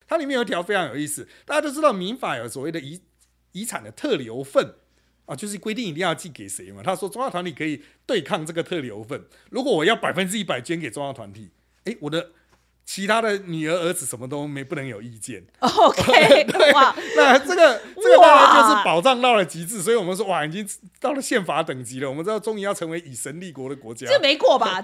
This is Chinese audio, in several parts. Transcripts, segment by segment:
它里面有一条非常有意思，大家都知道民法有所谓的遗产的特留份啊，就是规定一定要寄给谁嘛。他说宗教团体可以对抗这个特留份，如果我要100%捐给宗教团体，我的其他的女儿儿子什么都不能有意见。 OK， 对， 哇， 那这个当然就是保障到了极致，所以我们说哇，已经到了宪法等级了，我们知道终于要成为以神立国的国家。 这没过吧？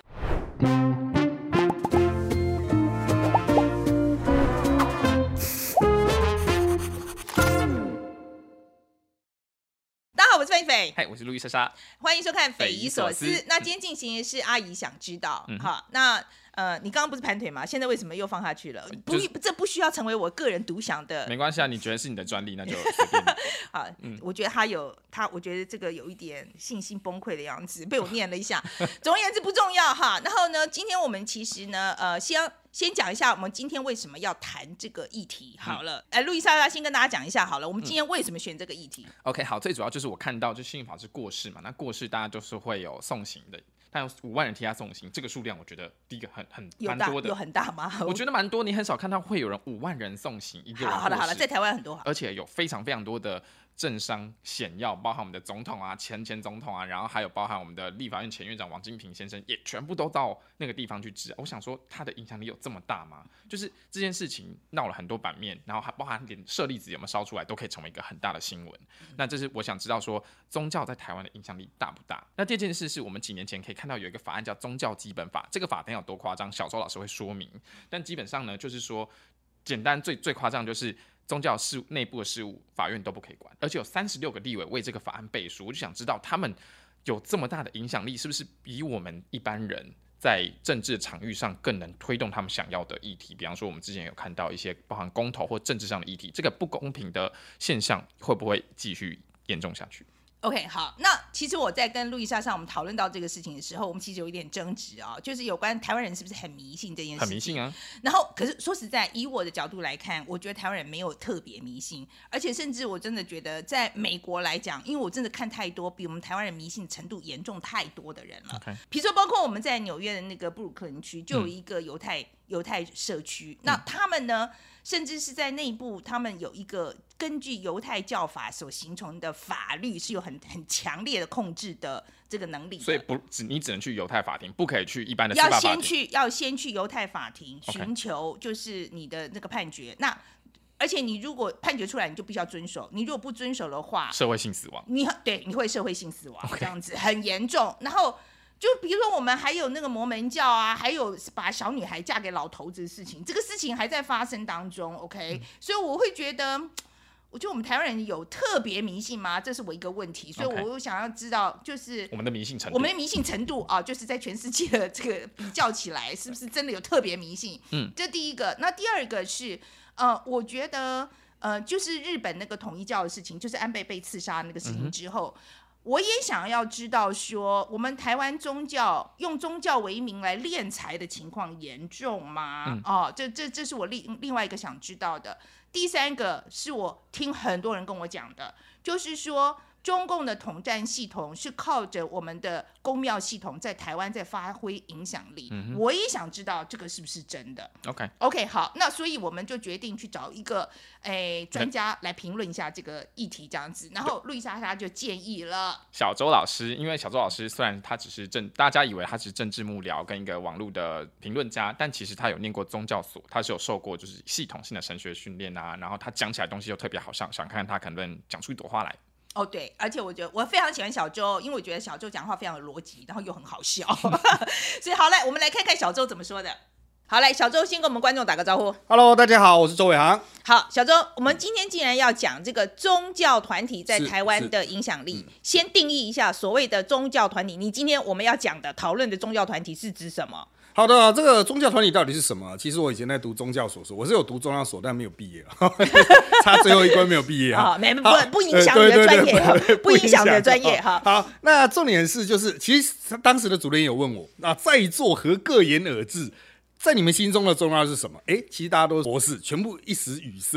大家好，我是菲菲， 嗨，我是路易莎莎， 欢迎收看《匪夷所思》。 匪夷所思那今天进行的是阿姨想知道，好，那你刚刚不是盘腿吗？现在为什么又放下去了？这不需要成为我个人独享的， 没关系啊，你觉得是你的专利，那就随便你。 好，我觉得我觉得这个有一点信心崩溃的样子，被我念了一下。总而言之不重要哈。然后呢，今天我们其实呢，先讲一下我们今天为什么要谈这个议题。好了，路易莎莎先跟大家讲一下好了，我们今天为什么选这个议题 ？OK， 好，最主要就是我看到就信法是过世嘛，那过世大家就是会有送行的。但有5万人替他送行，这个数量我觉得第一个蛮多的， 有很大吗？ 我觉得蛮多，你很少看到会有人5万人送行一个人。 好了，在台湾很多， 而且有非常非常多的政商显要，包含我们的总统啊、前总统啊，然后还有包含我们的立法院前院长王金平先生，也全部都到那个地方去治。我想说，他的影响力有这么大吗？就是这件事情闹了很多版面，然后还包含连舍利子有没有烧出来，都可以成为一个很大的新闻。那这是我想知道说，宗教在台湾的影响力大不大？那这件事是我们几年前可以看到有一个法案叫《宗教基本法》，这个法典有多夸张，小周老师会说明。但基本上呢，就是说，简单最夸张就是。宗教内部的事务，法院都不可以管，而且有36个立委为这个法案背书。我就想知道，他们有这么大的影响力，是不是比我们一般人在政治场域上更能推动他们想要的议题？比方说，我们之前有看到一些包含公投或政治上的议题，这个不公平的现象会不会继续严重下去 ？OK， 好，那其实我在跟路易莎上我们讨论到这个事情的时候，我们其实有一点争执啊，就是有关台湾人是不是很迷信这件事情。 很迷信啊。 然后，可是说实在，以我的角度来看，我觉得台湾人没有特别迷信，而且甚至我真的觉得，在美国来讲，因为我真的看太多比我们台湾人迷信程度严重太多的人了。比如说，包括我们在纽约的那个布鲁克林区，就有一个犹太社区，那他们呢？甚至是在内部，他们有一个根据犹太教法所形成的法律，是有很强烈的控制的这个能力的。 所以你只能去犹太法庭，不可以去一般的司法法庭。 要先去犹太法庭寻求就是你的那个判决。那而且你如果判决出来，你就必须要遵守。你如果不遵守的话， 社会性死亡。 你会社会性死亡，这样子很严重。然后。就比如说，我们还有那个摩门教啊，还有把小女孩嫁给老头子的事情，这个事情还在发生当中。OK，所以我会觉得，我觉得我们台湾人有特别迷信吗？这是我一个问题，所以我想要知道，就是我们的迷信程度啊，就是在全世界的这个比较起来，是不是真的有特别迷信？这第一个。那第二个是，我觉得，就是日本那个统一教的事情，就是安倍被刺杀那个事情之后。我也想要知道说，我们台湾用宗教为名来敛财的情况严重吗？这是我另外一个想知道的。第三个是我听很多人跟我讲的，就是说中共的统战系统是靠着我们的公庙系统在台湾在发挥影响力。我也想知道这个是不是真的。OK， 好，那所以我们就决定去找一个专家来评论一下这个议题，这样子。然后路易莎莎就建议了小周老师，因为小周老师虽然他只是大家以为他只是政治幕僚跟一个网络的评论家，但其实他有念过宗教所，他是有受过就是系统性的神学训练啊，然后他讲起来东西又特别好，想看看他可能讲出一朵花来。 对，而且我觉得我非常喜欢小周，因为我觉得小周讲话非常有逻辑，然后又很好笑。所以好来，我们来看看小周怎么说的。好，来，小周先跟我们观众打个招呼。 Hello， 大家好，我是周伟航。 好，小周，我们今天既然要讲这个宗教团体在台湾的影响力，先定义一下所谓的宗教团体。你今天我们要讲的讨论的宗教团体是指什么？ 好的，这个宗教团体到底是什么？其实我以前在读宗教所，我是有读宗教所，但没有毕业，差最后一关没有毕业啊。 不影响你的专业，不影响你的专业哈。 好，那重点是就是，其实当时的主任有问我，那在座何各言而至？在你们心中的宗教是什么？其实大家都是博士，全部一时语塞。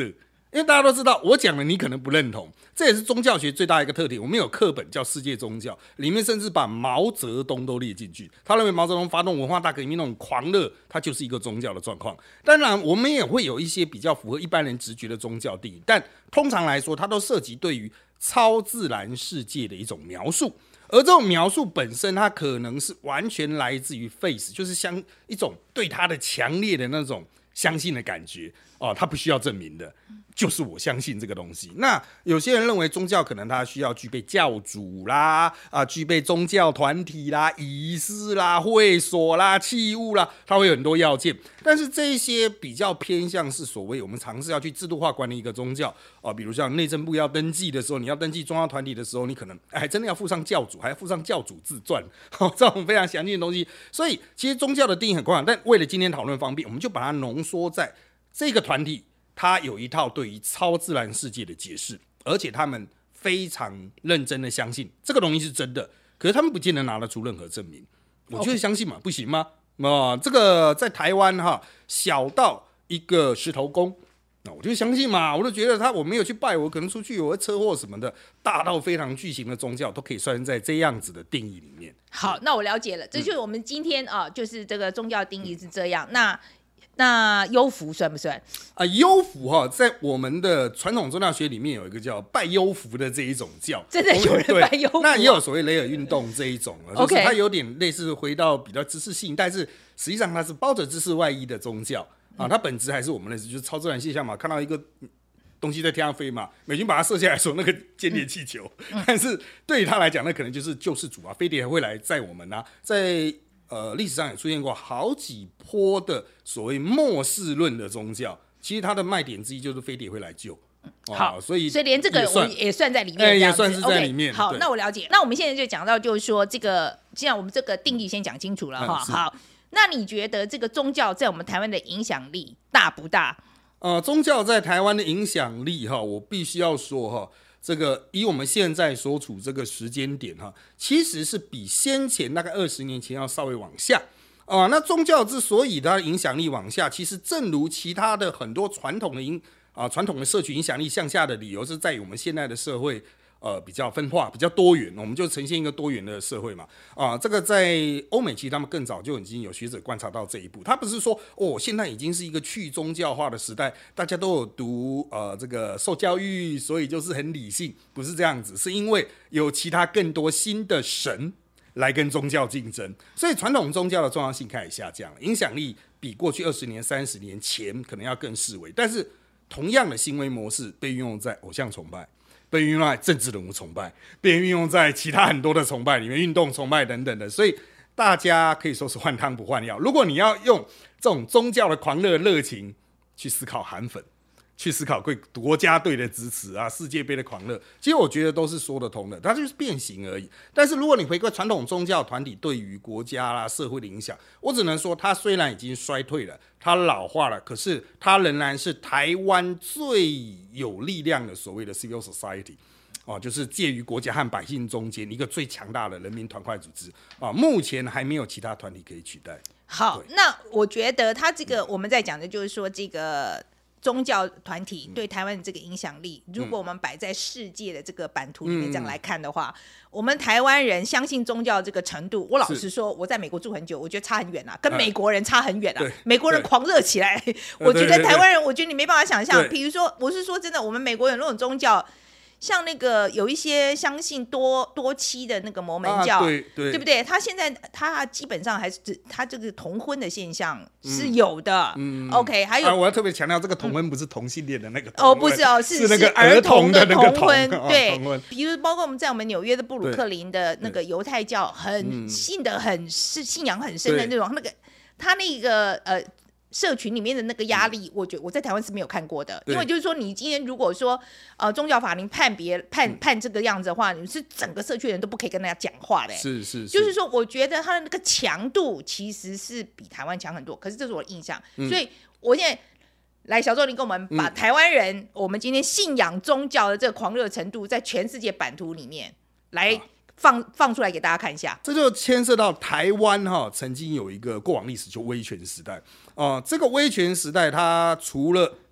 因为大家都知道，我讲了你可能不认同，这也是宗教学最大的一个特点。我们有课本叫《世界宗教》，里面甚至把毛泽东都列进去。他认为毛泽东发动文化大革命那种狂热，它就是一个宗教的状况。当然，我们也会有一些比较符合一般人直觉的宗教定义，但通常来说，它都涉及对于超自然世界的一种描述。而这种描述本身，它可能是完全来自于 faith， 就是一种对它的强烈的那种相信的感觉哦，它不需要证明的，就是我相信这个东西。那有些人认为宗教可能它需要具备教主啦，具备宗教团体啦、仪式啦、会所啦、器物啦，它会有很多要件。但是这些比较偏向是所谓我们尝试要去制度化管理一个宗教比如像内政部要登记的时候，你要登记宗教团体的时候，你可能还真的要附上教主，还要附上教主自传这种非常详尽的东西。所以其实宗教的定义很广，但为了今天讨论方便，我们就把它浓缩在这个团体，它有一套对于超自然世界的解释，而且他们非常认真的相信这个东西是真的，可是他们不见得拿得出任何证明。我就会相信嘛，不行吗？这个在台湾小到一个石头公，我就相信嘛，我就觉得我没有去拜，我可能出去有车祸什么的，大到非常巨型的宗教都可以算在这样子的定义里面。 好，那我了解了，这就是我们今天就是这个宗教定义是这样。那幽符算不算幽符在我们的传统宗教学里面有一个叫拜幽符的这一种教， 真的有人拜幽符？ 那也有所谓雷尔运动这一种就是它有点类似回到比较知识性，但是实际上它是包着知识外衣的宗教它本质还是我们认识就是超自然现象嘛，看到一个东西在天上飞嘛，美军把它射下来说那个间谍气球但是对于他来讲那可能就是救世主飞碟会来载我们在历史上也出现过好几波的所谓末世论的宗教，其实它的卖点之一就是飞碟会来救。 好， 所以连这个我也算在里面， 也算是在里面。 好，那我了解。那我们现在就讲到，就是说这个，既然我们这个定义先讲清楚了好，那你觉得这个宗教在我们台湾的影响力大不大？ 宗教在台湾的影响力我必须要说这个以我们现在所处这个时间点其实是比先前大概20年前要稍微往下那宗教之所以它的影响力往下，其实正如其他的很多传统的社群影响力向下的理由，是在于我们现在的社会比较分化，比较多元，我们就呈现一个多元的社会嘛。这个在欧美其实他们更早就已经有学者观察到这一步。他不是说现在已经是一个去宗教化的时代，大家都有读这个受教育，所以就是很理性，不是这样子，是因为有其他更多新的神来跟宗教竞争，所以传统宗教的重要性开始下降了，影响力比过去20年、30年前可能要更式微。但是同样的行为模式被运用在偶像崇拜，被运用在政治人物崇拜，被运用在其他很多的崇拜里面，运动崇拜等等的，所以大家可以说是换汤不换药。如果你要用这种宗教的狂热情去思考韩粉，去思考国家队的支持世界杯的狂热，其实我觉得都是说得通的，它就是变形而已。但是如果你回归传统宗教团体对于国家啦、社会的影响，我只能说它虽然已经衰退了，它老化了，可是它仍然是台湾最有力量的所谓的 civil society。就是介于国家和百姓中间一个最强大的人民团块组织目前还没有其他团体可以取代。 好，那我觉得它这个我们在讲的就是说这个宗教团体对台湾的这个影响力，如果我们摆在世界的这个版图里面这样来看的话，我们台湾人相信宗教这个程度，我老实说，我在美国住很久，我觉得差很远跟美国人差很远美国人狂热起来，我觉得台湾人，我觉得你没办法想象。比如说，我是说真的，我们美国有那种宗教。像那个有一些相信多妻的那个摩门教，对不对？他现在他基本上还是他这个同婚的现象是有的。OK， 还有我要特别强调，这个同婚不是同性恋的那个不是是那个儿童的那个同婚。 对，比如包括我们在我们纽约的布鲁克林的那个犹太教，很信仰很深的那种，他那个社群里面的那个压力，我觉得我在台湾是没有看过的。因为就是说，你今天如果说宗教法庭判这个样子的话，你是整个社区人都不可以跟大家讲话的。 是， 就是说，我觉得他的那个强度其实是比台湾强很多。可是这是我的印象，所以我现在来小周，你跟我们把台湾人我们今天信仰宗教的这个狂热程度，在全世界版图里面来放出来给大家看一下。 这就牵涉到台湾曾经有一个过往历史，就威权时代。这个威权时代，它除了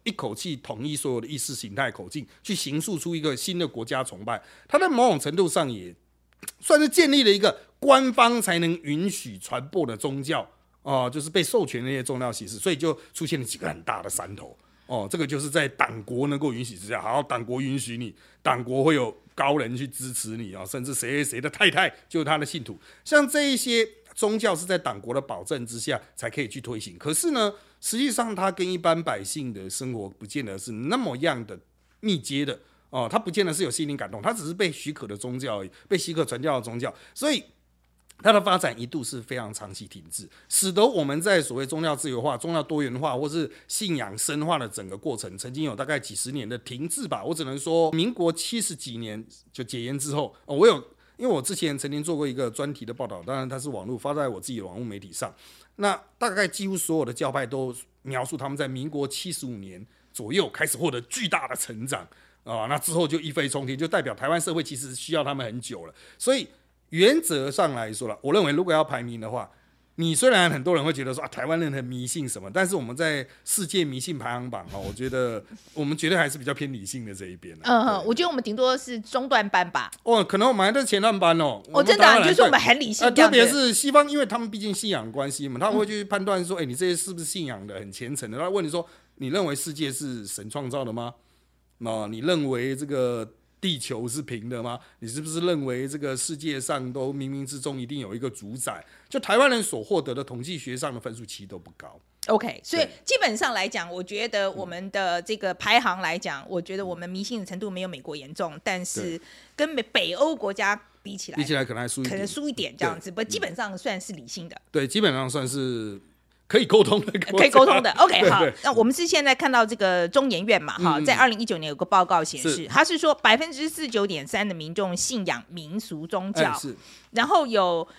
一口气统一所有的意识形态口径，去形塑出一个新的国家崇拜。它在某种程度上也算是建立了一个官方才能允许传播的宗教就是被授权的那些宗教形式，所以就出现了几个很大的山头。这个就是在党国能够允许之下，好，党国允许你，党国会有高人去支持你甚至谁谁谁的太太就是他的信徒，像这一些宗教是在党国的保证之下才可以去推行。可是呢，实际上它跟一般百姓的生活不见得是那么样的密接的它不见得是有心灵感动，它只是被许可的宗教而已，被许可传教的宗教，所以它的发展一度是非常长期停滞，使得我们在所谓宗教自由化、宗教多元化或是信仰深化的整个过程，曾经有大概几十年的停滞吧。我只能说，民国70几年就解严之后，因为我之前曾经做过一个专题的报道，当然它是网络发在我自己的网络媒体上，那大概几乎所有的教派都描述他们在民国75年左右开始获得巨大的成长那之后就一飞冲天，就代表台湾社会其实需要他们很久了，所以原则上来说了，我认为如果要排名的话，你虽然很多人会觉得说台湾人很迷信什么，但是我们在世界迷信排行榜我觉得我们绝对还是比较偏理性的这一边我觉得我们顶多是中段班吧。 可能我们还在前段班真的就是我们很理性特别是西方，因为他们毕竟信仰关系嘛，他们会去判断说，你这些是不是信仰的很虔诚的？他问你说，你认为世界是神创造的吗？你认为这个地球是平的吗？你是不是认为这个世界上都冥冥之中一定有一个主宰？就台湾人所获得的统计学上的分数其实都不高。 OK， 所以基本上来讲，我觉得我们的这个排行来讲，我觉得我们迷信的程度没有美国严重，但是跟北欧国家比起来可能还输一点这样子，不基本上算是理性的。 对，基本上算是可以沟通的， 可以沟通的。OK， 好，那我们是现在看到这个中研院嘛，在2019年有个报告显示，他是说49.3%的民众信仰民俗宗教，然后有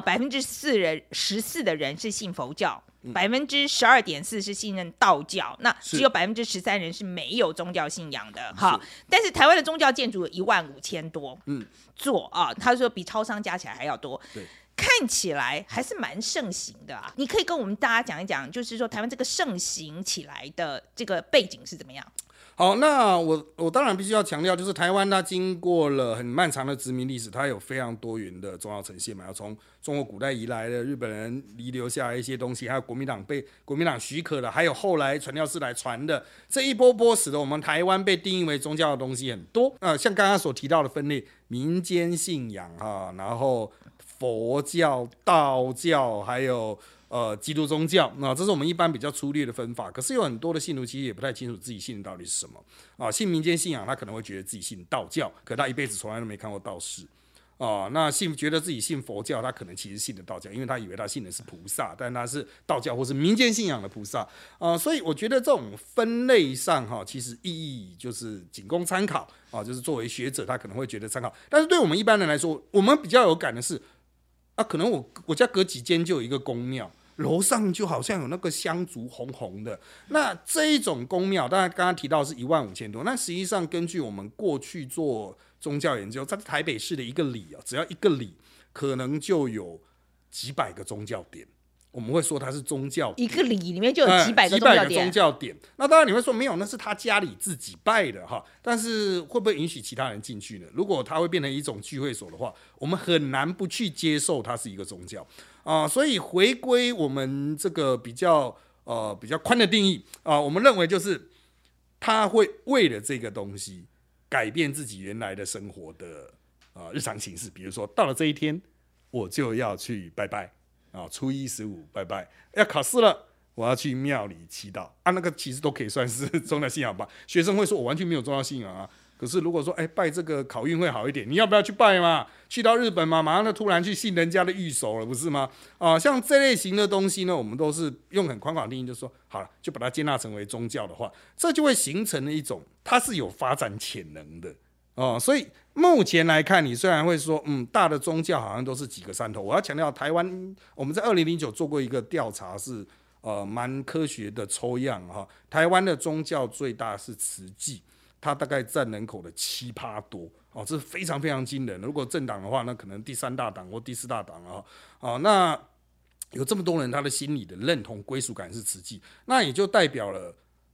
14%的人是信佛教。12.4%是信任道教，那只有13%人是没有宗教信仰的。好，但是台湾的宗教建筑有15000多座他说比超商加起来还要多。 对， 看起来还是蛮盛行的啊。你可以跟我们大家讲一讲，就是说台湾这个盛行起来的这个背景是怎么样？ 好，那我当然必须要强调，就是台湾它经过了很漫长的殖民历史，它有非常多元的宗教呈现嘛，要从中国古代移来的日本人遗留下来一些东西，还有国民党被国民党许可的，还有后来传教士来传的，这一波波使得我们台湾被定义为宗教的东西很多。像刚刚所提到的分类，民间信仰然后佛教、道教，还有基督宗教，这是我们一般比较粗略的分法。可是有很多的信徒其实也不太清楚自己信的到底是什么信民间信仰，他可能会觉得自己信道教，可他一辈子从来都没看过道士那觉得自己信佛教，他可能其实信的道教，因为他以为他信的是菩萨，但他是道教或是民间信仰的菩萨所以我觉得这种分类上其实意义就是仅供参考就是作为学者他可能会觉得参考，但是对我们一般人来说，我们比较有感的是可能我家隔几间就有一个宫庙，楼上就好像有那个香烛红红的，那这一种宫庙，当然刚刚提到是15000多，那实际上根据我们过去做宗教研究，在台北市的一个里只要一个里可能就有几百个宗教点，我们会说它是宗教点， 一个里里面就有几百个宗教点。 那当然你会说没有，那是他家里自己拜的但是会不会允许其他人进去呢？如果它会变成一种聚会所的话，我们很难不去接受它是一个宗教所以回归我们这个比较宽的定义我们认为就是他会为了这个东西改变自己原来的生活的日常形式，比如说到了这一天我就要去拜拜初一15拜拜，要考试了我要去庙里祈祷那个其实都可以算是宗教信仰吧。学生会说我完全没有宗教信仰可是如果说拜这个考运会好一点，你要不要去拜嘛？去到日本嘛，马上就突然去信人家的御守了，不是吗？像这类型的东西呢，我们都是用很宽广的定义，就是说好了，就把它接纳成为宗教的话，这就会形成了一种它是有发展潜能的所以目前来看，你虽然会说大的宗教好像都是几个山头，我要强调台湾我们在2009做过一个调查，是蛮科学的抽样台湾的宗教最大是慈济，它大概占人口的7%多这是非常非常惊人的。如果政党的话，那可能第3大党或第4大党那有这么多人，他的心理的认同归属感是慈济，那也就代表了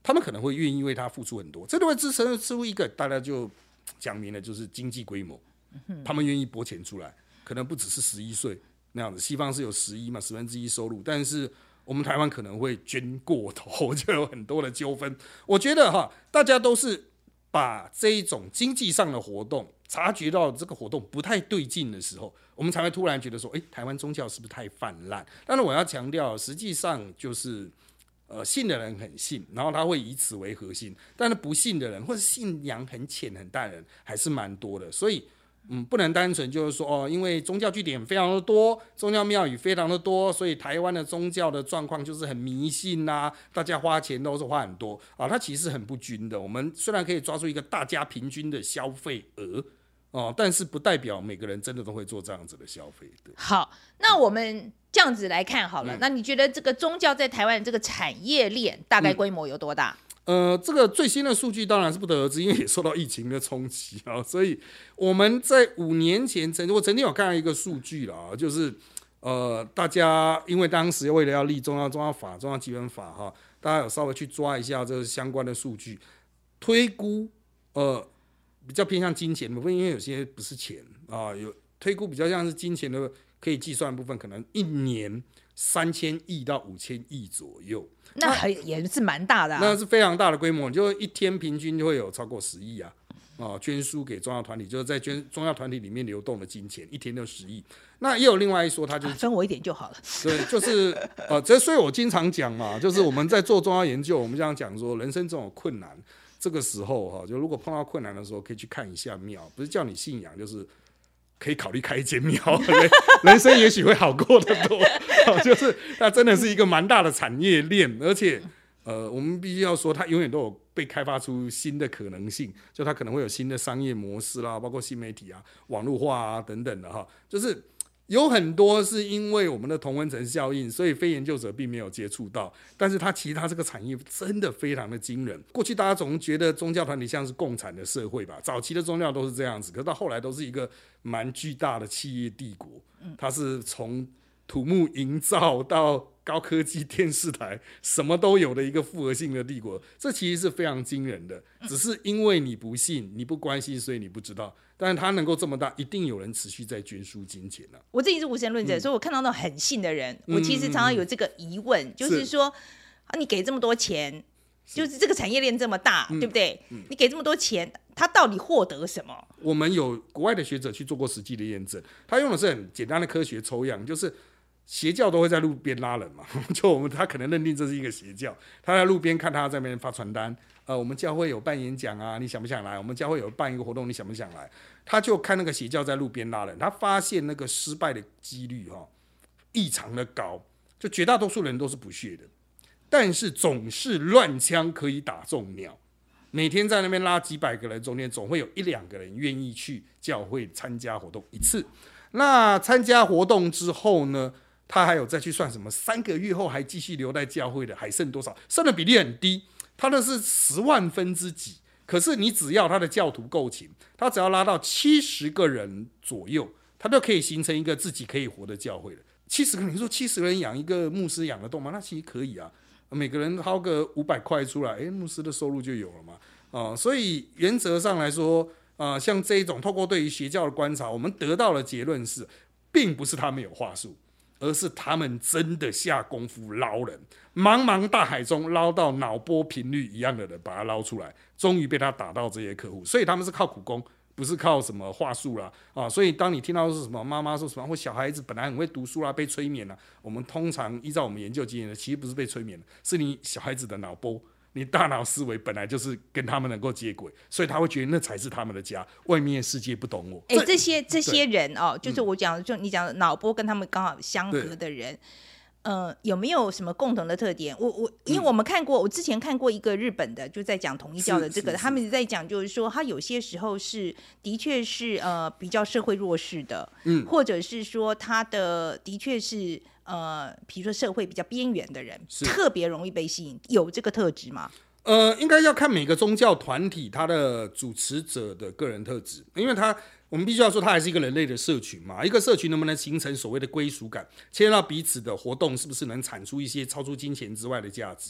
他们可能会愿意为他付出很多。这都会支撑出一个大家就讲明了，就是经济规模，他们愿意拨钱出来，可能不只是11岁那样子。西方是有11嘛，1/10收入，但是我们台湾可能会捐过头，就有很多的纠纷。我觉得大家都是把这一种经济上的活动察觉到这个活动不太对劲的时候，我们才会突然觉得说，台湾宗教是不是太泛滥？但是我要强调，实际上就是信的人很信，然后他会以此为核心，但是不信的人或者信仰很浅很淡的人还是蛮多的，所以不能单纯就是说因为宗教据点非常的多，宗教庙宇非常的多，所以台湾的宗教的状况就是很迷信啊，大家花钱都是花很多啊，它其实很不均的。我们虽然可以抓住一个大家平均的消费额但是不代表每个人真的都会做这样子的消费的。 好，那我们这样子来看好了，那你觉得这个宗教在台湾这个产业链大概规模有多大？ 这个最新的数据当然是不得而知，因为也受到疫情的冲击所以我们在5年前我曾经有看到一个数据啦，就是大家因为当时为了要立中央法、中央基本法大家有稍微去抓一下这个相关的数据，推估比较偏向金钱的部分，因为有些不是钱有推估比较像是金钱的可以计算的部分，可能一年3000亿到5000亿左右。 那也是蛮大的那是非常大的规模，就一天平均就会有超过10亿捐输给宗教团体，就是在宗教团体里面流动的金钱，一天就10亿。那也有另外一说，他就是分我一点就好了。 对，就是所以我经常讲嘛，就是我们在做宗教研究，我们这样讲说，人生这种困难，这个时候就如果碰到困难的时候，可以去看一下庙，不是叫你信仰，就是可以考虑开一间庙，人生也许会好过得多。就是它真的是一个蛮大的产业链，而且我们必须要说，它永远都有被开发出新的可能性，就它可能会有新的商业模式啦，包括新媒体网络化等等的就是有很多是因为我们的同温层效应，所以非研究者并没有接触到，但是其实这个产业真的非常的惊人。过去大家总觉得宗教团体像是共产的社会吧，早期的宗教都是这样子，可是到后来都是一个蛮巨大的企业帝国，它是从土木营造到高科技电视台什么都有的一个复合性的帝国，这其实是非常惊人的。只是因为你不信你不关心，所以你不知道，但是它能够这么大，一定有人持续在捐输金钱我自己是无神论者，所以我看到那种很信的人，我其实常常有这个疑问，就是说你给这么多钱，就是这个产业链这么大，对不对？你给这么多钱，他到底获得什么？ 我们有国外的学者去做过实际的验证，他用的是很简单的科学抽样，就是邪教都会在路边拉人嘛，他可能认定这是一个邪教，他在路边看他在那边发传单，我们教会有办演讲啊，你想不想来？我们教会有办一个活动，你想不想来？他就看那个邪教在路边拉人，他发现那个失败的几率异常的高，就绝大多数人都是不屑的，但是总是乱枪可以打中鸟。每天在那边拉几百个人，中间总会有1-2个人愿意去教会参加活动一次。那参加活动之后呢，他还有再去算什么3个月后还继续留在教会的还剩多少，剩的比例很低，他那是10万分之几。可是你只要他的教徒够勤，他只要拉到70个人左右，他就可以形成一个自己可以活的教会了。70个人，你说70个人养一个牧师养得动吗？那其实可以啊，每个人掏个500块出来，牧师的收入就有了嘛。所以原则上来说，像这一种透过对于邪教的观察，我们得到的结论是，并不是他们有话术，而是他们真的下功夫捞人，茫茫大海中捞到脑波频率一样的人，把他捞出来，终于被他打到这些客户。所以他们是靠苦功，不是靠什么话术啦所以当你听到是什么妈妈说什么或小孩子本来很会读书啦，被催眠了，我们通常依照我们研究经验，其实不是被催眠，是你小孩子的脑波。你大脑思维本来就是跟他们能够接轨，所以他会觉得那才是他们的家，外面的世界不懂我。 这些人就是我讲，就你讲的脑波跟他们刚好相合的人，有没有什么共同的特点？因为我们看过，我之前看过一个日本的，就在讲统一教的这个，他们在讲就是说，他有些时候是的确是比较社会弱势的，或者是说他的确是比如说社会比较边缘的人，特别容易被吸引，有这个特质吗？ 应该要看每个宗教团体它的主持者的个人特质，因为我们必须要说，它还是一个人类的社群嘛。一个社群能不能形成所谓的归属感，牵涉到彼此的活动是不是能产出一些超出金钱之外的价值。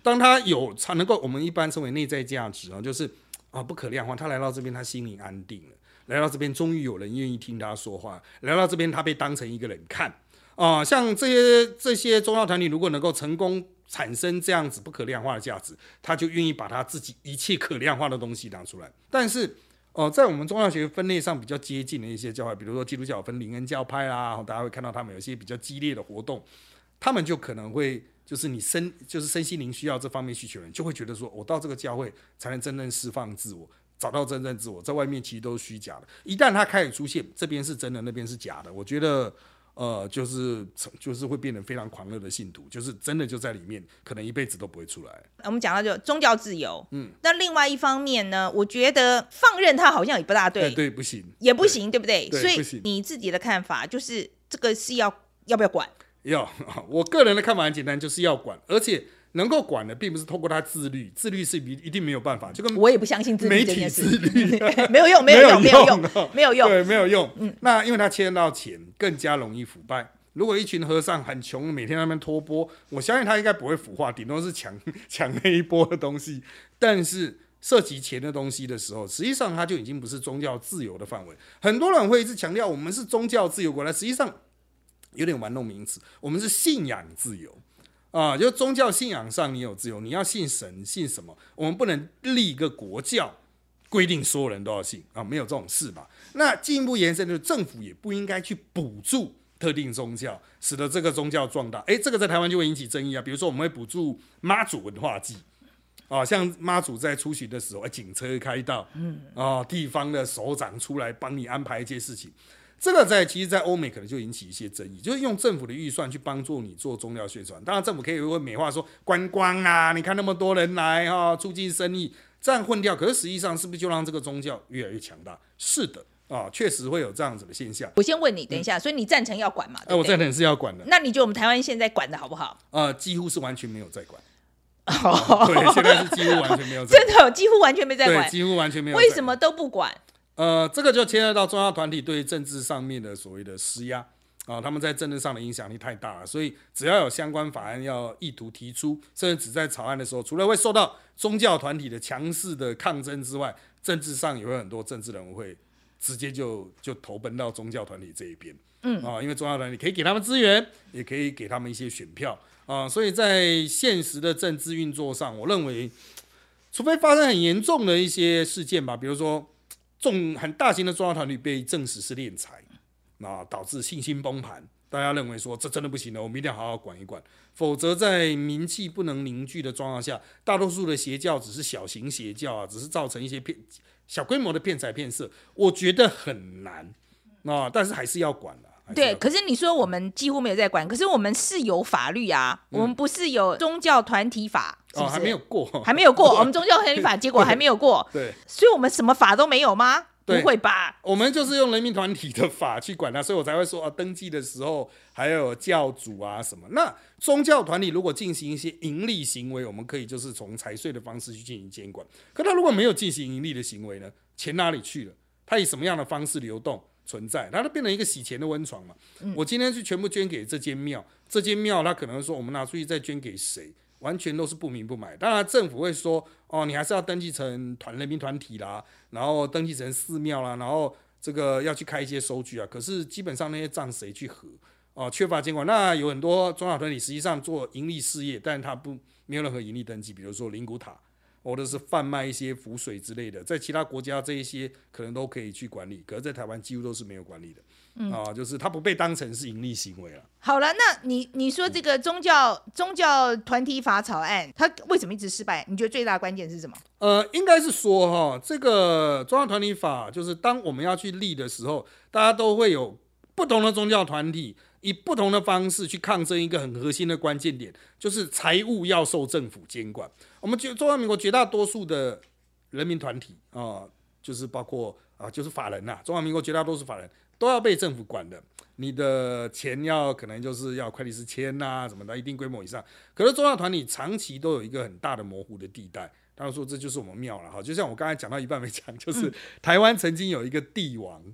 当它才能够我们一般称为内在价值啊，就是不可量化。他来到这边，他心灵安定了。来到这边，终于有人愿意听他说话。来到这边，他被当成一个人看像这些宗教团体，如果能够成功产生这样子不可量化的价值，他就愿意把他自己一切可量化的东西拿出来。但是在我们宗教学分类上比较接近的一些教派，比如说基督教分灵恩教派啦，大家会看到他们有一些比较激烈的活动，他们就可能会就是就是身心灵需要这方面需求的人，就会觉得说我到这个教会才能真正释放自我，找到真正自我，在外面其实都是虚假的。一旦他开始出现，这边是真的，那边是假的，我觉得就是会变成非常狂热的信徒，就是真的就在里面，可能一辈子都不会出来。 我们讲到就宗教自由，那另外一方面呢，我觉得放任它好像也不大对， 对，不行， 也不行，对不对？所以不行你自己的看法就是这个是要不要管？ 我个人的看法很简单，就是要管，而且能够管的并不是透过他自律，自律是一定没有办法，就跟我也不相信自律这件事， 媒体自律没有用， 对，没有用。那因为他牵到钱，更加容易腐败。如果一群和尚很穷，每天在那边托钵，我相信他应该不会腐化，顶多是抢那一波的东西。但是涉及钱的东西的时候，实际上它就已经不是宗教自由的范围。很多人会一直强调我们是宗教自由国家，实际上有点玩弄名词，我们是信仰自由就是宗教信仰上你有自由，你要信神信什么，我们不能立一个国教规定所有人都要信没有这种事吧？那进一步延伸就是政府也不应该去补助特定宗教，使得这个宗教壮大。这个在台湾就会引起争议啊。比如说我们会补助妈祖文化祭像妈祖在出巡的时候，警车开道，地方的首长出来帮你安排一些事情。这个其实在欧美可能就引起一些争议，就是用政府的预算去帮助你做宗教宣传。当然政府可以美化说观光啊，你看那么多人来促进生意，这样混掉。可是实际上是不是就让这个宗教越来越强大？是的确实会有这样子的现象。 我先问你，等一下，所以你赞成要管嘛？对不对？ 我赞成是要管的。 那你觉得我们台湾现在管的好不好？ 几乎是完全没有在管。对，现在是几乎完全没有在管。 真的几乎完全没在管， 对，几乎完全没有在管。 为什么都不管？ 这个就牵涉到宗教团体对政治上面的所谓的施压他们在政治上的影响力太大了，所以只要有相关法案要意图提出，甚至只在草案的时候，除了会受到宗教团体的强势的抗争之外，政治上也会很多政治人物会直接就投奔到宗教团体这一边。因为宗教团体可以给他们资源，也可以给他们一些选票所以在现实的政治运作上，我认为除非发生很严重的一些事件吧，比如说很大型的宗教团体被证实是敛财，导致信心崩盘，大家认为说这真的不行了，我们一定要好好管一管，否则在民气不能凝聚的状况下，大多数的邪教只是小型邪教只是造成一些小规模的骗财骗色，我觉得很难但是还是要管的。 对，可是你说我们几乎没有在管，可是我们是有法律啊，我们不是有宗教团体法，是不是？ 还没有过， 还没有过。我们宗教团体法结果还没有过， 对， 所以我们什么法都没有吗？不会吧？ 我们就是用人民团体的法去管它，所以我才会说登记的时候还有教主什么。那宗教团体如果进行一些盈利行为，我们可以就是从财税的方式去进行监管。可他如果没有进行盈利的行为呢？钱哪里去了？他以什么样的方式流动？存在，它就变成一个洗钱的温床嘛。我今天去全部捐给这间庙，这间庙他可能说我们拿出去再捐给谁，完全都是不明不白。当然政府会说你还是要登记成人民团体啦，然后登记成寺庙啦，然后这个要去开一些收据可是基本上那些账谁去核缺乏监管。那有很多宗教团体实际上做盈利事业，但他没有任何盈利登记，比如说灵骨塔或者是贩卖一些符水之类的，在其他国家这一些可能都可以去管理，可是在台湾几乎都是没有管理的就是它不被当成是盈利行为了。 好了，那你说这个宗教团体法草案，它为什么一直失败？你觉得最大的关键是什么？ 应该是说这个宗教团体法，就是当我们要去立的时候，大家都会有不同的宗教团体以不同的方式去抗争一个很核心的关键点，就是财务要受政府监管。我们中华民国绝大多数的人民团体就是包括就是法人中华民国绝大多数法人都要被政府管的。你的钱可能就是要会计师签什么的，一定规模以上。可是宗教团体长期都有一个很大的模糊的地带。他说这就是我们庙了就像我刚才讲到一半没讲，就是台湾曾经有一个帝王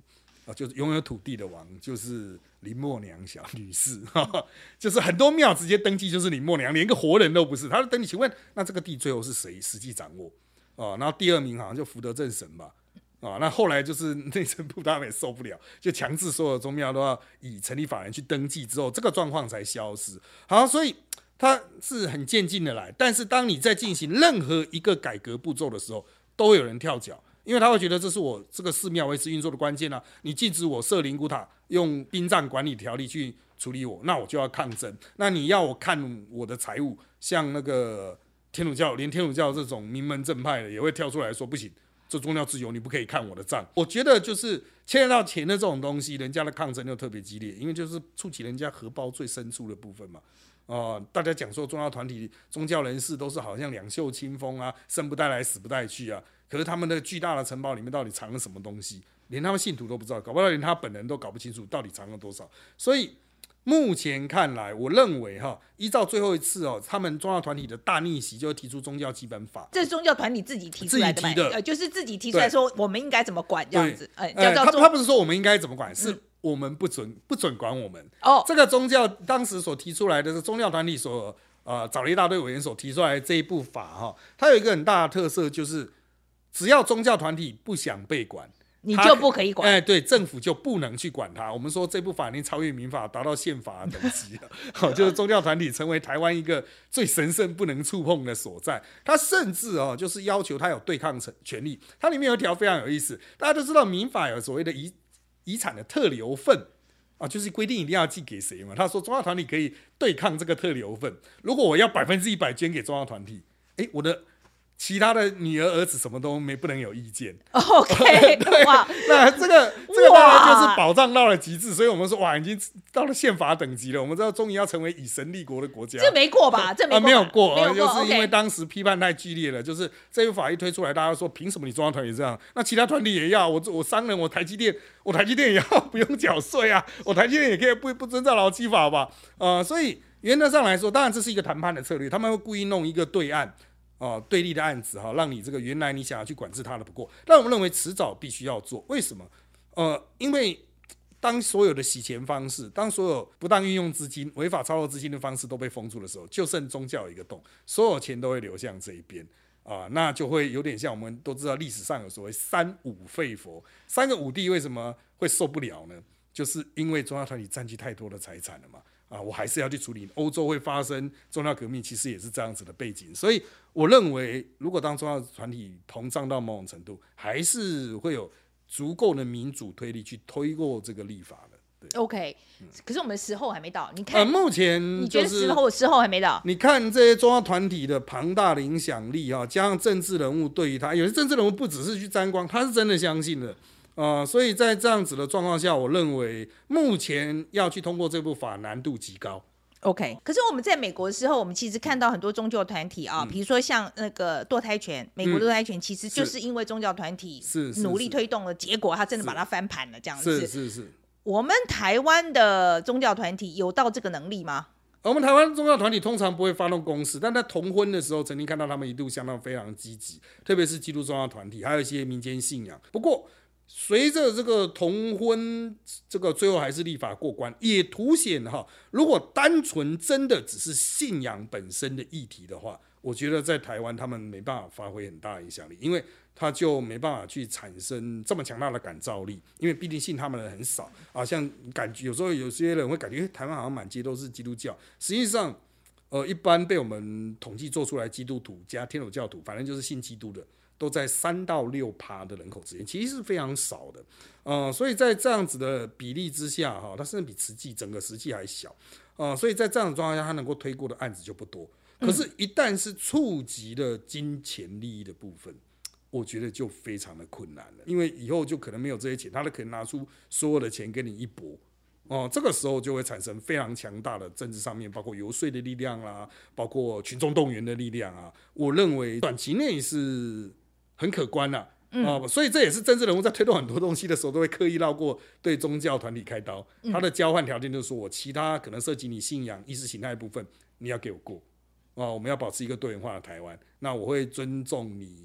就是拥有土地的王，就是林默娘小女士，就是很多庙直接登记就是林默娘，连个活人都不是。他的登记，请问那这个地最后是谁实际掌握？然后第二名好像就福德正神吧。那后来就是内政部他们也受不了，就强制所有宗庙都要以成立法人去登记之后，这个状况才消失。好，所以它是很渐进的来，但是当你在进行任何一个改革步骤的时候，都会有人跳脚，因为他会觉得这是我这个寺庙维持运作的关键啊！你禁止我设灵骨塔，用殡葬管理条例去处理我，那我就要抗争。那你要我看我的财务，像那个天主教，连天主教这种名门正派的也会跳出来说不行。这宗教自由，你不可以看我的账。我觉得就是牵扯到钱的这种东西，人家的抗争就特别激烈，因为就是触及人家荷包最深处的部分嘛。大家讲说宗教团体、宗教人士都是好像两袖清风啊，生不带来，死不带去啊。可是他们的巨大的城堡里面到底藏了什么东西，连他们信徒都不知道，搞不好连他本人都搞不清楚到底藏了多少。所以目前看来，我认为依照最后一次他们宗教团体的大逆袭，就提出宗教基本法， 这是宗教团体自己提出来的嘛？就是自己提出来说我们应该怎么管这样子。 他不是说我们应该怎么管，是我们不准管我们。这个宗教当时所提出来的是宗教团体所找了一大堆委员所提出来的这一部法它有一个很大的特色，就是只要宗教团体不想被管， 你就不可以管。 对，政府就不能去管它。我们说这部法已经超越民法，达到宪法的等级了。就是宗教团体成为台湾一个最神圣不能触碰的所在。它甚至就是要求它有对抗权利。它里面有一条非常有意思，大家都知道民法有所谓的遗产的特留份就是规定一定要寄给谁嘛。他说宗教团体可以对抗这个特留份，如果我要100%捐给宗教团体，我的其他的女儿儿子什么都不能有意见。 OK， 哇， 那这个当然就是保障到了极致，所以我们说哇，已经到了宪法等级了。我们知道终于要成为以神立国的国家。 这没过吧？这没有过，就是因为 OK 当时批判太剧烈了，就是这部法一推出来，大家说凭什么你中央团体这样？那其他团体也要，我商人，我台积电也要不用缴税啊，我台积电也可以不遵照劳基法吧？所以原则上来说，当然这是一个谈判的策略，他们会故意弄一个对岸。对立的案子让你这个原来你想要去管制它的不过，但我们认为迟早必须要做。为什么？因为当所有的洗钱方式，当所有不当运用资金、违法操作资金的方式都被封住的时候，就剩宗教一个洞，所有钱都会流向这一边那就会有点像我们都知道历史上有所谓三武废佛，3个武帝为什么会受不了呢？就是因为宗教团体占据太多的财产了嘛。我还是要去处理。欧洲会发生宗教革命，其实也是这样子的背景。所以我认为，如果当宗教团体膨胀到某种程度，还是会有足够的民主推力去推过这个立法的。对 OK，可是我们时候还没到。你看， 目前你觉得时候还没到？ 你看这些宗教团体的庞大的影响力加上政治人物对于他，有些政治人物不只是去沾光，他是真的相信的。所以在这样子的状况下，我认为目前要去通过这部法难度极高。 OK， 可是我们在美国的时候，我们其实看到很多宗教团体比如说像那个堕胎权，美国堕胎权其实就是因为宗教团体努力推动了，结果他真的把它翻盘了，这样子。 是。 我们台湾的宗教团体有到这个能力吗？ 我们台湾宗教团体通常不会发动公示，但在同婚的时候，曾经看到他们一度相当非常积极，特别是基督宗教团体，还有一些民间信仰。不过随着这个同婚这个最后还是立法过关，也凸显如果单纯真的只是信仰本身的议题的话，我觉得在台湾他们没办法发挥很大的影响力，因为他就没办法去产生这么强大的感召力，因为毕竟信他们的人很少像感觉有时候有些人会感觉台湾好像满街都是基督教，实际上一般被我们统计做出来基督徒加天主教徒，反正就是信基督的都在3到6%的人口之间，其实是非常少的。所以在这样子的比例之下，它甚至比整个实际还小。所以在这样的状况下，它能够推过的案子就不多。可是，一旦是触及了金钱利益的部分，我觉得就非常的困难了，因为以后就可能没有这些钱，他可能拿出所有的钱跟你一搏。这个时候就会产生非常强大的政治上面，包括游说的力量啦，包括群众动员的力量啊。我认为短期内是很可观啦。所以这也是政治人物在推动很多东西的时候，都会刻意绕过对宗教团体开刀。他的交换条件就是说，我其他可能涉及你信仰、意识形态的部分，你要给我过。我们要保持一个多元化的台湾。那我会尊重你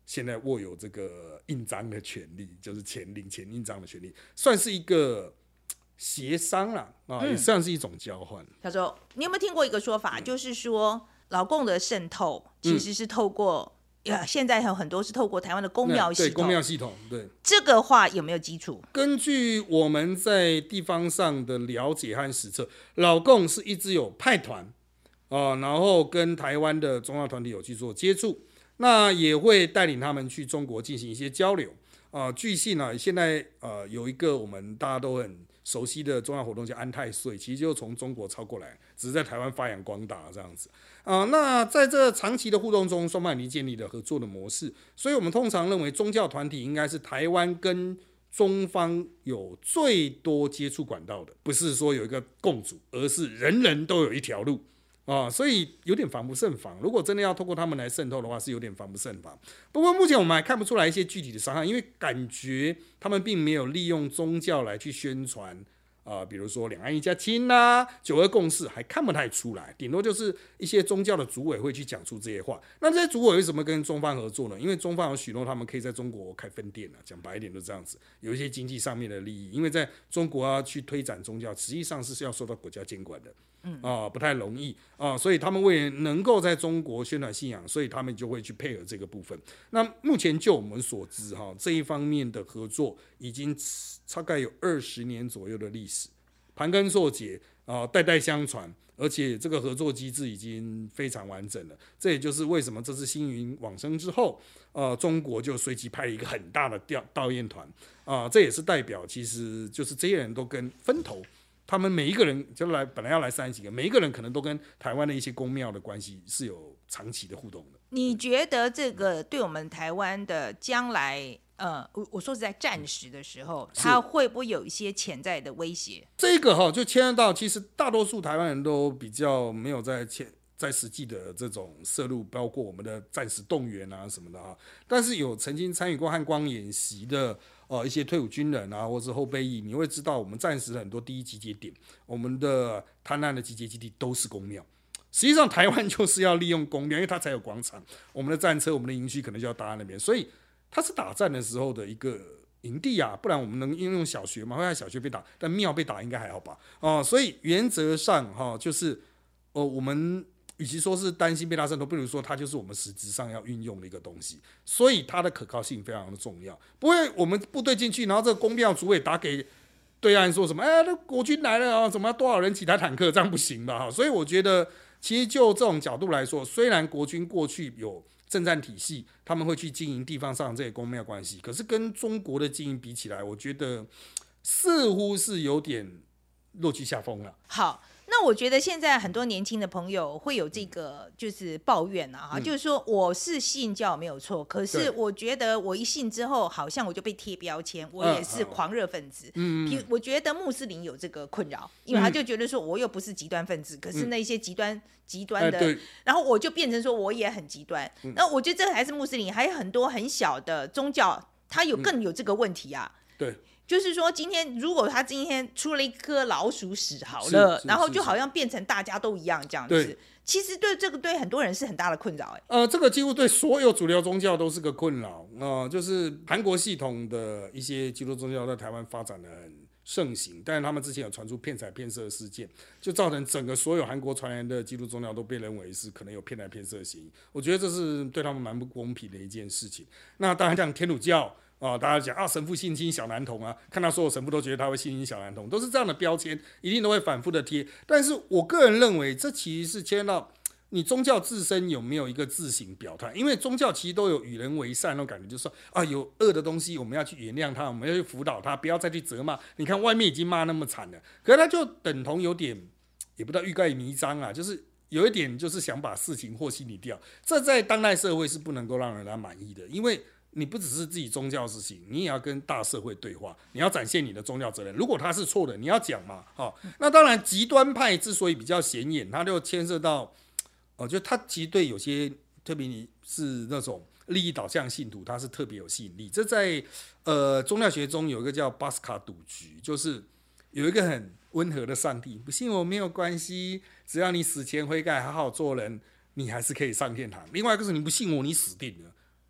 现在握有这个印章的权利，就是领钱印章的权利，算是一个协商啦，也算是一种交换。 他说，你有没有听过一个说法，就是说老共的渗透其实是透过。现在有很多是透过台湾的公庙系统， 对公庙系统，对这个话有没有基础？ 根据我们在地方上的了解和实测，老共是一直有派团然后跟台湾的宗教团体有去做接触，那也会带领他们去中国进行一些交流据信现在有一个我们大家都很熟悉的宗教活动叫安太岁，其实就从中国抄过来，只是在台湾发扬光大这样子那在这长期的互动中，双方已经建立了合作的模式，所以我们通常认为宗教团体应该是台湾跟中方有最多接触管道的，不是说有一个共主，而是人人都有一条路所以有点防不胜防。如果真的要透过他们来渗透的话，是有点防不胜防。不过目前我们还看不出来一些具体的伤害，因为感觉他们并没有利用宗教来去宣传比如说两岸一家亲九二共识还看不太出来，顶多就是一些宗教的主委会去讲出这些话。那这些主委为什么跟中方合作呢？因为中方有许诺他们可以在中国开分店讲白一点就这样子，有一些经济上面的利益。因为在中国要去推展宗教，实际上是要受到国家监管的。不太容易所以他们为了能够在中国宣传信仰，所以他们就会去配合这个部分。那目前就我们所知这一方面的合作已经大概有20年左右的历史，盘根错节代代相传，而且这个合作机制已经非常完整了。这也就是为什么这次星云往生之后中国就随即派了一个很大的悼唁团这也是代表其实就是这些人都跟分头，他们每一个人就本来要来30几个，每一个人可能都跟台湾的一些公庙的关系是有长期的互动的。 你觉得这个对我们台湾的将来我说是在战时的时候，它会不会有一些潜在的威胁？ 这个就牵涉到，其实大多数台湾人都比较没有在实际的这种涉入，包括我们的战时动员什么的但是有曾经参与过汉光演习的一些退伍军人或是后备役，你会知道我们战时很多第一集结点，我们的滩岸的集结基地都是公庙。实际上台湾就是要利用公庙，因为它才有广场，我们的战车我们的营区可能就要搭在那边，所以它是打战的时候的一个营地不然我们能应用小学嘛？会在小学被打，但庙被打应该还好吧所以原则上就是我们与其说是担心被它渗透，不如说它就是我们实质上要运用的一个东西，所以它的可靠性非常的重要。不会我们部队进去，然后这个公庙主委打给对岸说什么那国军来了怎么多少人几台坦克，这样不行吧所以我觉得其实就这种角度来说，虽然国军过去有政战体系，他们会去经营地方上这些公庙关系，可是跟中国的经营比起来，我觉得似乎是有点落居下风了。 好，那我觉得现在很多年轻的朋友会有这个就是抱怨就是说我是信教没有错，可是我觉得我一信之后，好像我就被贴标签，我也是狂热分子。我觉得穆斯林有这个困扰，因为他就觉得说我又不是极端分子，可是那些极端的，然后我就变成说我也很极端。那我觉得这个还是穆斯林，还有很多很小的宗教，它更有这个问题对。 就是说，如果他今天出了一颗老鼠屎好了，然后就好像变成大家都一样这样子，其实对很多人是很大的困扰这个几乎对所有主流宗教都是个困扰就是韩国系统的一些基督宗教在台湾发展的很盛行，但是他们之前有传出骗财骗色的事件，就造成整个所有韩国传来的基督宗教都被认为是可能有骗财骗色的嫌疑。我觉得这是对他们蛮不公平的一件事情。那当然，像天主教大家讲神父性侵小男童看到所有神父都觉得他会性侵小男童，都是这样的标签，一定都会反复的贴。但是我个人认为，这其实是牵涉到你宗教自身有没有一个自行表态，因为宗教其实都有与人为善那种感觉，就是说有恶的东西我们要去原谅他，我们要去辅导他，不要再去责骂。你看外面已经骂那么惨了，可是他就等同有点也不知道欲盖弥彰就是有一点就是想把事情和稀泥掉。这在当代社会是不能够让人家满意的，因为你不只是自己宗教事情，你也要跟大社会对话，你要展现你的宗教责任。如果他是错的，你要讲嘛那当然极端派之所以比较显眼，他就牵涉到就他其实对有些特别你是那种利益导向信徒，他是特别有吸引力。这在宗教学中有一个叫巴斯卡赌局，就是有一个很温和的上帝，不信我没有关系，只要你死前悔改好好做人，你还是可以上天堂。另外一个是你不信我，你死定了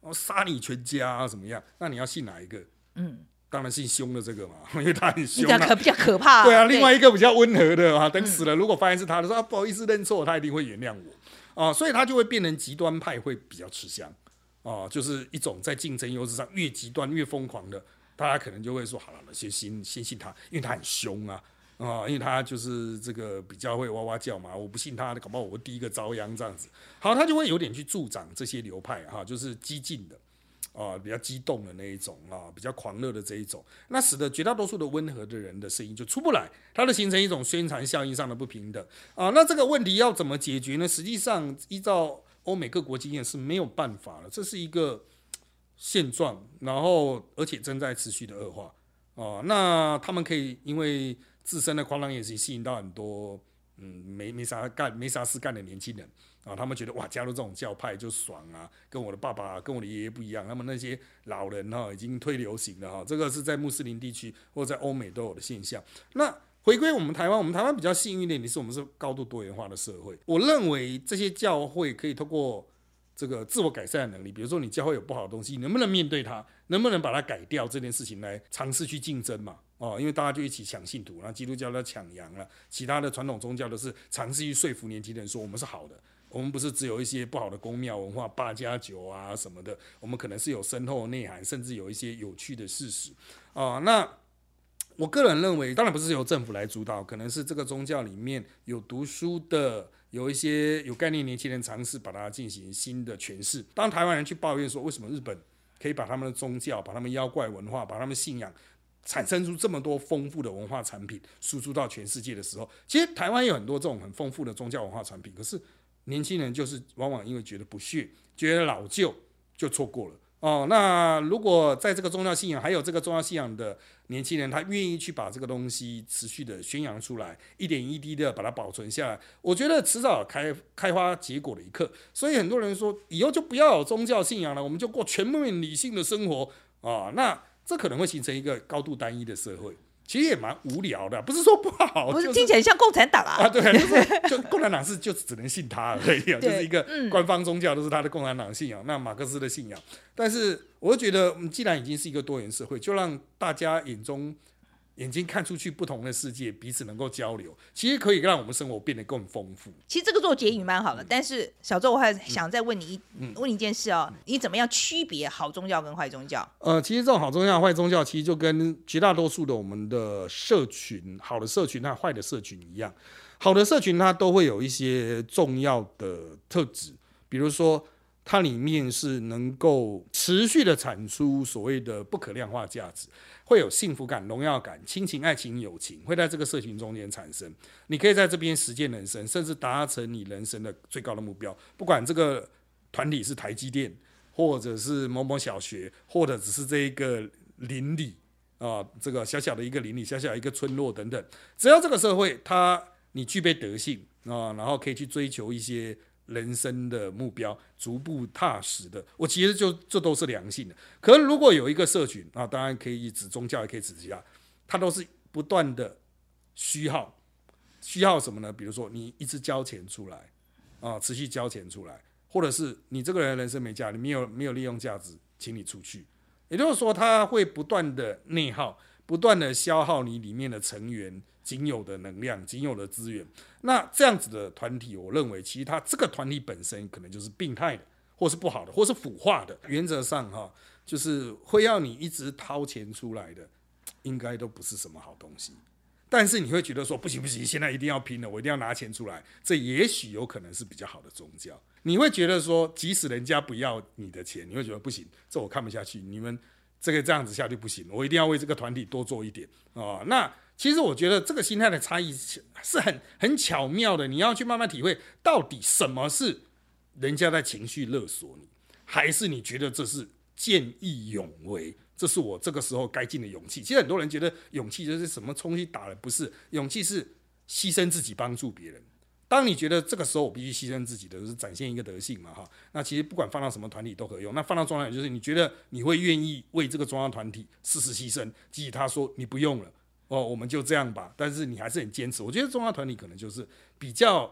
杀你全家啊，怎么样？那你要信哪一个？当然姓凶的这个嘛，因为他很凶比较可怕。 对啊，另外一个比较温和的啊，等死了，如果发现是他的，说不好意思认错，他一定会原谅我啊，所以他就会变成极端派，会比较吃香啊，就是一种在竞争优势上越极端越疯狂的，大家可能就会说好了，先信他，因为他很凶啊。因为他就是这个比较会哇哇叫嘛，我不信他，搞不好我第一个遭殃这样子。好，他就会有点去助长这些流派哈，就是激进的比较激动的那一种比较狂热的这一种，那使得绝大多数的温和的人的声音就出不来，它就形成一种宣传效应上的不平等那这个问题要怎么解决呢？实际上，依照欧美各国经验是没有办法的，这是一个现状，然后而且正在持续的恶化那他们可以因为自身的狂浪也是吸引到很多没啥事干的年轻人他们觉得哇加入这种教派就爽啊，跟我的爸爸跟我的爷爷不一样，他们那些老人已经退流行了这个是在穆斯林地区或者在欧美都有的现象。那回归我们台湾比较幸运的点是我们是高度多元化的社会，我认为这些教会可以透过这个自我改善的能力，比如说你教会有不好的东西，能不能面对它，能不能把它改掉这件事情来尝试去竞争嘛因为大家就一起抢信徒，然后基督教在抢羊了，其他的传统宗教都是尝试去说服年轻人说我们是好的，我们不是只有一些不好的宫庙文化8+9啊什么的，我们可能是有深厚的内涵，甚至有一些有趣的事实那我个人认为，当然不是由政府来主导，可能是这个宗教里面有读书的，有一些有概念年轻人尝试把它进行新的诠释。当台湾人去抱怨说，为什么日本可以把他们的宗教、把他们妖怪文化、把他们信仰产生出这么多丰富的文化产品，输出到全世界的时候，其实台湾有很多这种很丰富的宗教文化产品，可是年轻人就是往往因为觉得不屑，觉得老旧，就错过了。那如果在这个宗教信仰还有这个宗教信仰的年轻人，他愿意去把这个东西持续的宣扬出来，一点一滴的把它保存下来，我觉得迟早开花结果的一刻。所以很多人说以后就不要有宗教信仰了，我们就过全面理性的生活那这可能会形成一个高度单一的社会，其实也蛮无聊的，不是说不好， 不是听起来像共产党对，就共产党就只能信他而已就是一个官方宗教都是他的共产党信仰，那马克思的信仰。但是我就觉得，既然已经是一个多元社会，就让大家眼睛看出去不同的世界，彼此能够交流，其实可以让我们生活变得更丰富。 其实这个做结语蛮好的，但是小周我还想再问你一件事你怎么样区别好宗教跟坏宗教？ 其实这种好宗教坏宗教其实就跟绝大多数的我们的社群，好的社群和坏的社群一样，好的社群它都会有一些重要的特质，比如说它里面是能够持续的产出所谓的不可量化价值，会有幸福感、荣耀感、亲情、爱情、友情会在这个社群中间产生。你可以在这边实践人生，甚至达成你人生的最高的目标。不管这个团体是台积电，或者是某某小学，或者只是这一个邻里这个小小的一个邻里、小小的一个村落等等，只要这个社会你具备德性然后可以去追求一些人生的目标，逐步踏实的，我其实这都是良性的。可是如果有一个社群当然可以指宗教，也可以指其他，它都是不断的虚耗什么呢？比如说你一直交钱出来持续交钱出来，或者是你这个人人生没价值，没有利用价值，请你出去。也就是说，它会不断的内耗，不断的消耗你里面的成员仅有的能量、仅有的资源。那这样子的团体，我认为其实它这个团体本身可能就是病态的，或是不好的，或是腐化的。原则上就是会要你一直掏钱出来的，应该都不是什么好东西。但是你会觉得说不行，现在一定要拼了，我一定要拿钱出来，这也许有可能是比较好的宗教。你会觉得说，即使人家不要你的钱，你会觉得不行，这我看不下去，你们这样子下去不行，我一定要为这个团体多做一点那其实我觉得这个心态的差异是很巧妙的，你要去慢慢体会，到底什么是人家在情绪勒索你，还是你觉得这是见义勇为，这是我这个时候该尽的勇气。其实很多人觉得勇气就是什么冲去打人，不是，勇气是牺牲自己帮助别人。当你觉得这个时候我必须牺牲自己的，就是展现一个德性嘛那其实不管放到什么团体都可以用。那放到中央就是你觉得你会愿意为这个中央团体事事牺牲，即使他说你不用了我们就这样吧，但是你还是很坚持。我觉得中央团体可能就是比较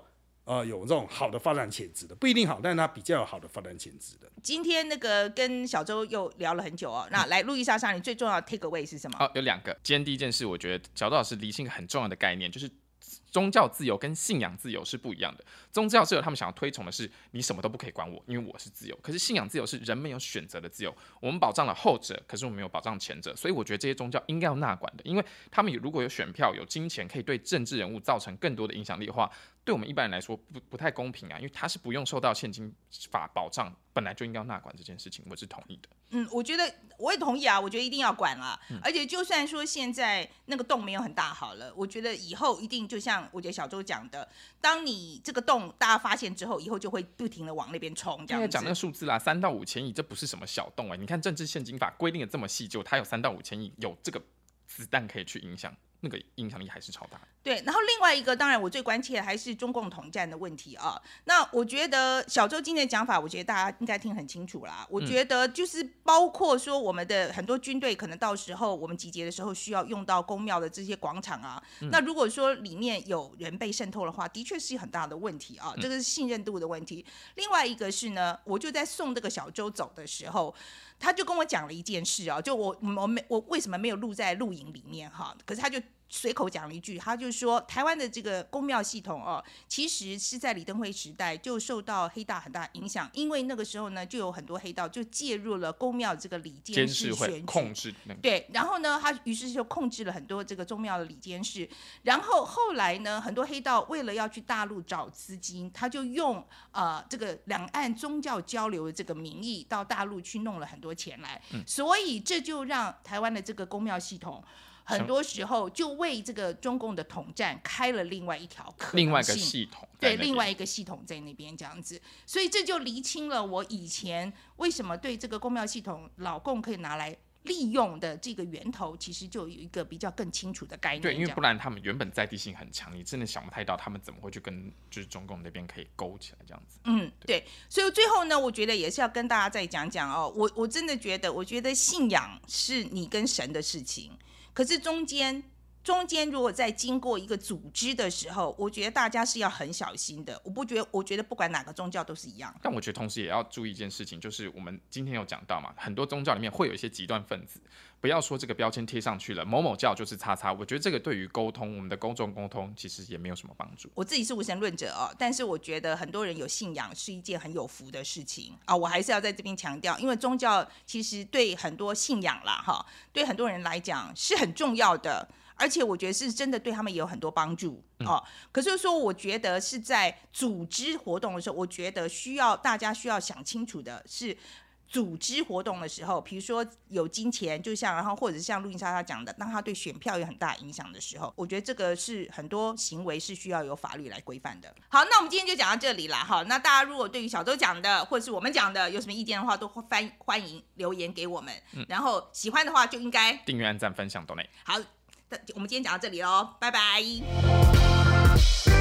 有这种好的发展潜质的，不一定好，但是它比较有好的发展潜质的。 今天那个跟小周又聊了很久哦，那来路易莎莎，你最重要的 take away 是什么？ 有2个。今天第一件事，我觉得小周老师厘清一个很重要的概念，就是宗教自由跟信仰自由是不一样的。宗教自由他们想要推崇的是你什么都不可以管我，因为我是自由。可是信仰自由是人们有选择的自由，我们保障了后者，可是我们没有保障前者。所以我觉得这些宗教应该要纳管的，因为他们如果有选票、有金钱，可以对政治人物造成更多的影响力的话，对我们一般人来说不太公平啊，因为他是不用受到现金法保障，本来就应该要纳管这件事情，我是同意的。 我觉得我也同意啊，我觉得一定要管了。而且就算说现在那个洞没有很大好了，我觉得以后一定就像我觉得小周讲的，当你这个洞大家发现之后，以后就会不停的往那边冲。这样子讲那个数字啦，3到5千亿，这不是什么小洞你看政治现金法规定的这么细，就它有3到5千亿，有这个子弹可以去影响。那个影响力还是超大的。 对，然后另外一个，当然我最关切的还是中共统战的问题啊。那我觉得小周今天的讲法，我觉得大家应该听很清楚啦。我觉得就是包括说我们的很多军队，可能到时候我们集结的时候需要用到公庙的这些广场啊。那如果说里面有人被渗透的话，的确是很大的问题啊，这个是信任度的问题。另外一个是呢，我就在送这个小周走的时候，他就跟我讲了一件事啊，就我为什么没有录在录影里面哈？可是他就随口讲了一句，他就说台湾的这个公庙系统哦，其实是在李登辉时代就受到黑道很大影响，因为那个时候呢，就有很多黑道就介入了公庙这个里监事选举， 控制对，然后呢，他于是就控制了很多这个宗庙的里监事，然后后来呢，很多黑道为了要去大陆找资金，他就用这个两岸宗教交流的这个名义到大陆去弄了很多钱来，所以这就让台湾的这个公庙系统。很多时候就为这个中共的统战开了另外一条可能性， 另外一个系统， 对，另外一个系统在那边这样子，所以这就厘清了我以前为什么对这个公庙系统老共可以拿来利用的这个源头，其实就有一个比较更清楚的概念。 对，因为不然他们原本在地性很强，你真的想不太到他们怎么会去跟就是中共那边可以勾起来这样子。 对，所以最后呢，我觉得也是要跟大家再讲讲哦，我真的觉得，我觉得信仰是你跟神的事情。可是中间如果在经过一个组织的时候，我觉得大家是要很小心的。我觉得不管哪个宗教都是一样。 但我觉得同时也要注意一件事情，就是我们今天有讲到嘛，很多宗教里面会有一些极端分子。不要说这个标签贴上去了，某某教就是叉叉。我觉得这个对于沟通，我们的公众沟通其实也没有什么帮助。 我自己是无神论者哦，但是我觉得很多人有信仰是一件很有福的事情啊。我还是要在这边强调，因为宗教其实对很多信仰啦，对很多人来讲是很重要的。而且我觉得是真的对他们也有很多帮助可是说，我觉得是在组织活动的时候，我觉得大家需要想清楚的是，组织活动的时候，比如说有金钱，就像然后或者是像路易莎莎讲的，当他对选票有很大影响的时候，我觉得这个是很多行为是需要有法律来规范的。好，那我们今天就讲到这里啦。好，那大家如果对于小周讲的或者是我们讲的有什么意见的话，都欢迎留言给我们。然后喜欢的话就应该订阅、按赞、分享、donate。 好。我们今天讲到这里咯，拜拜。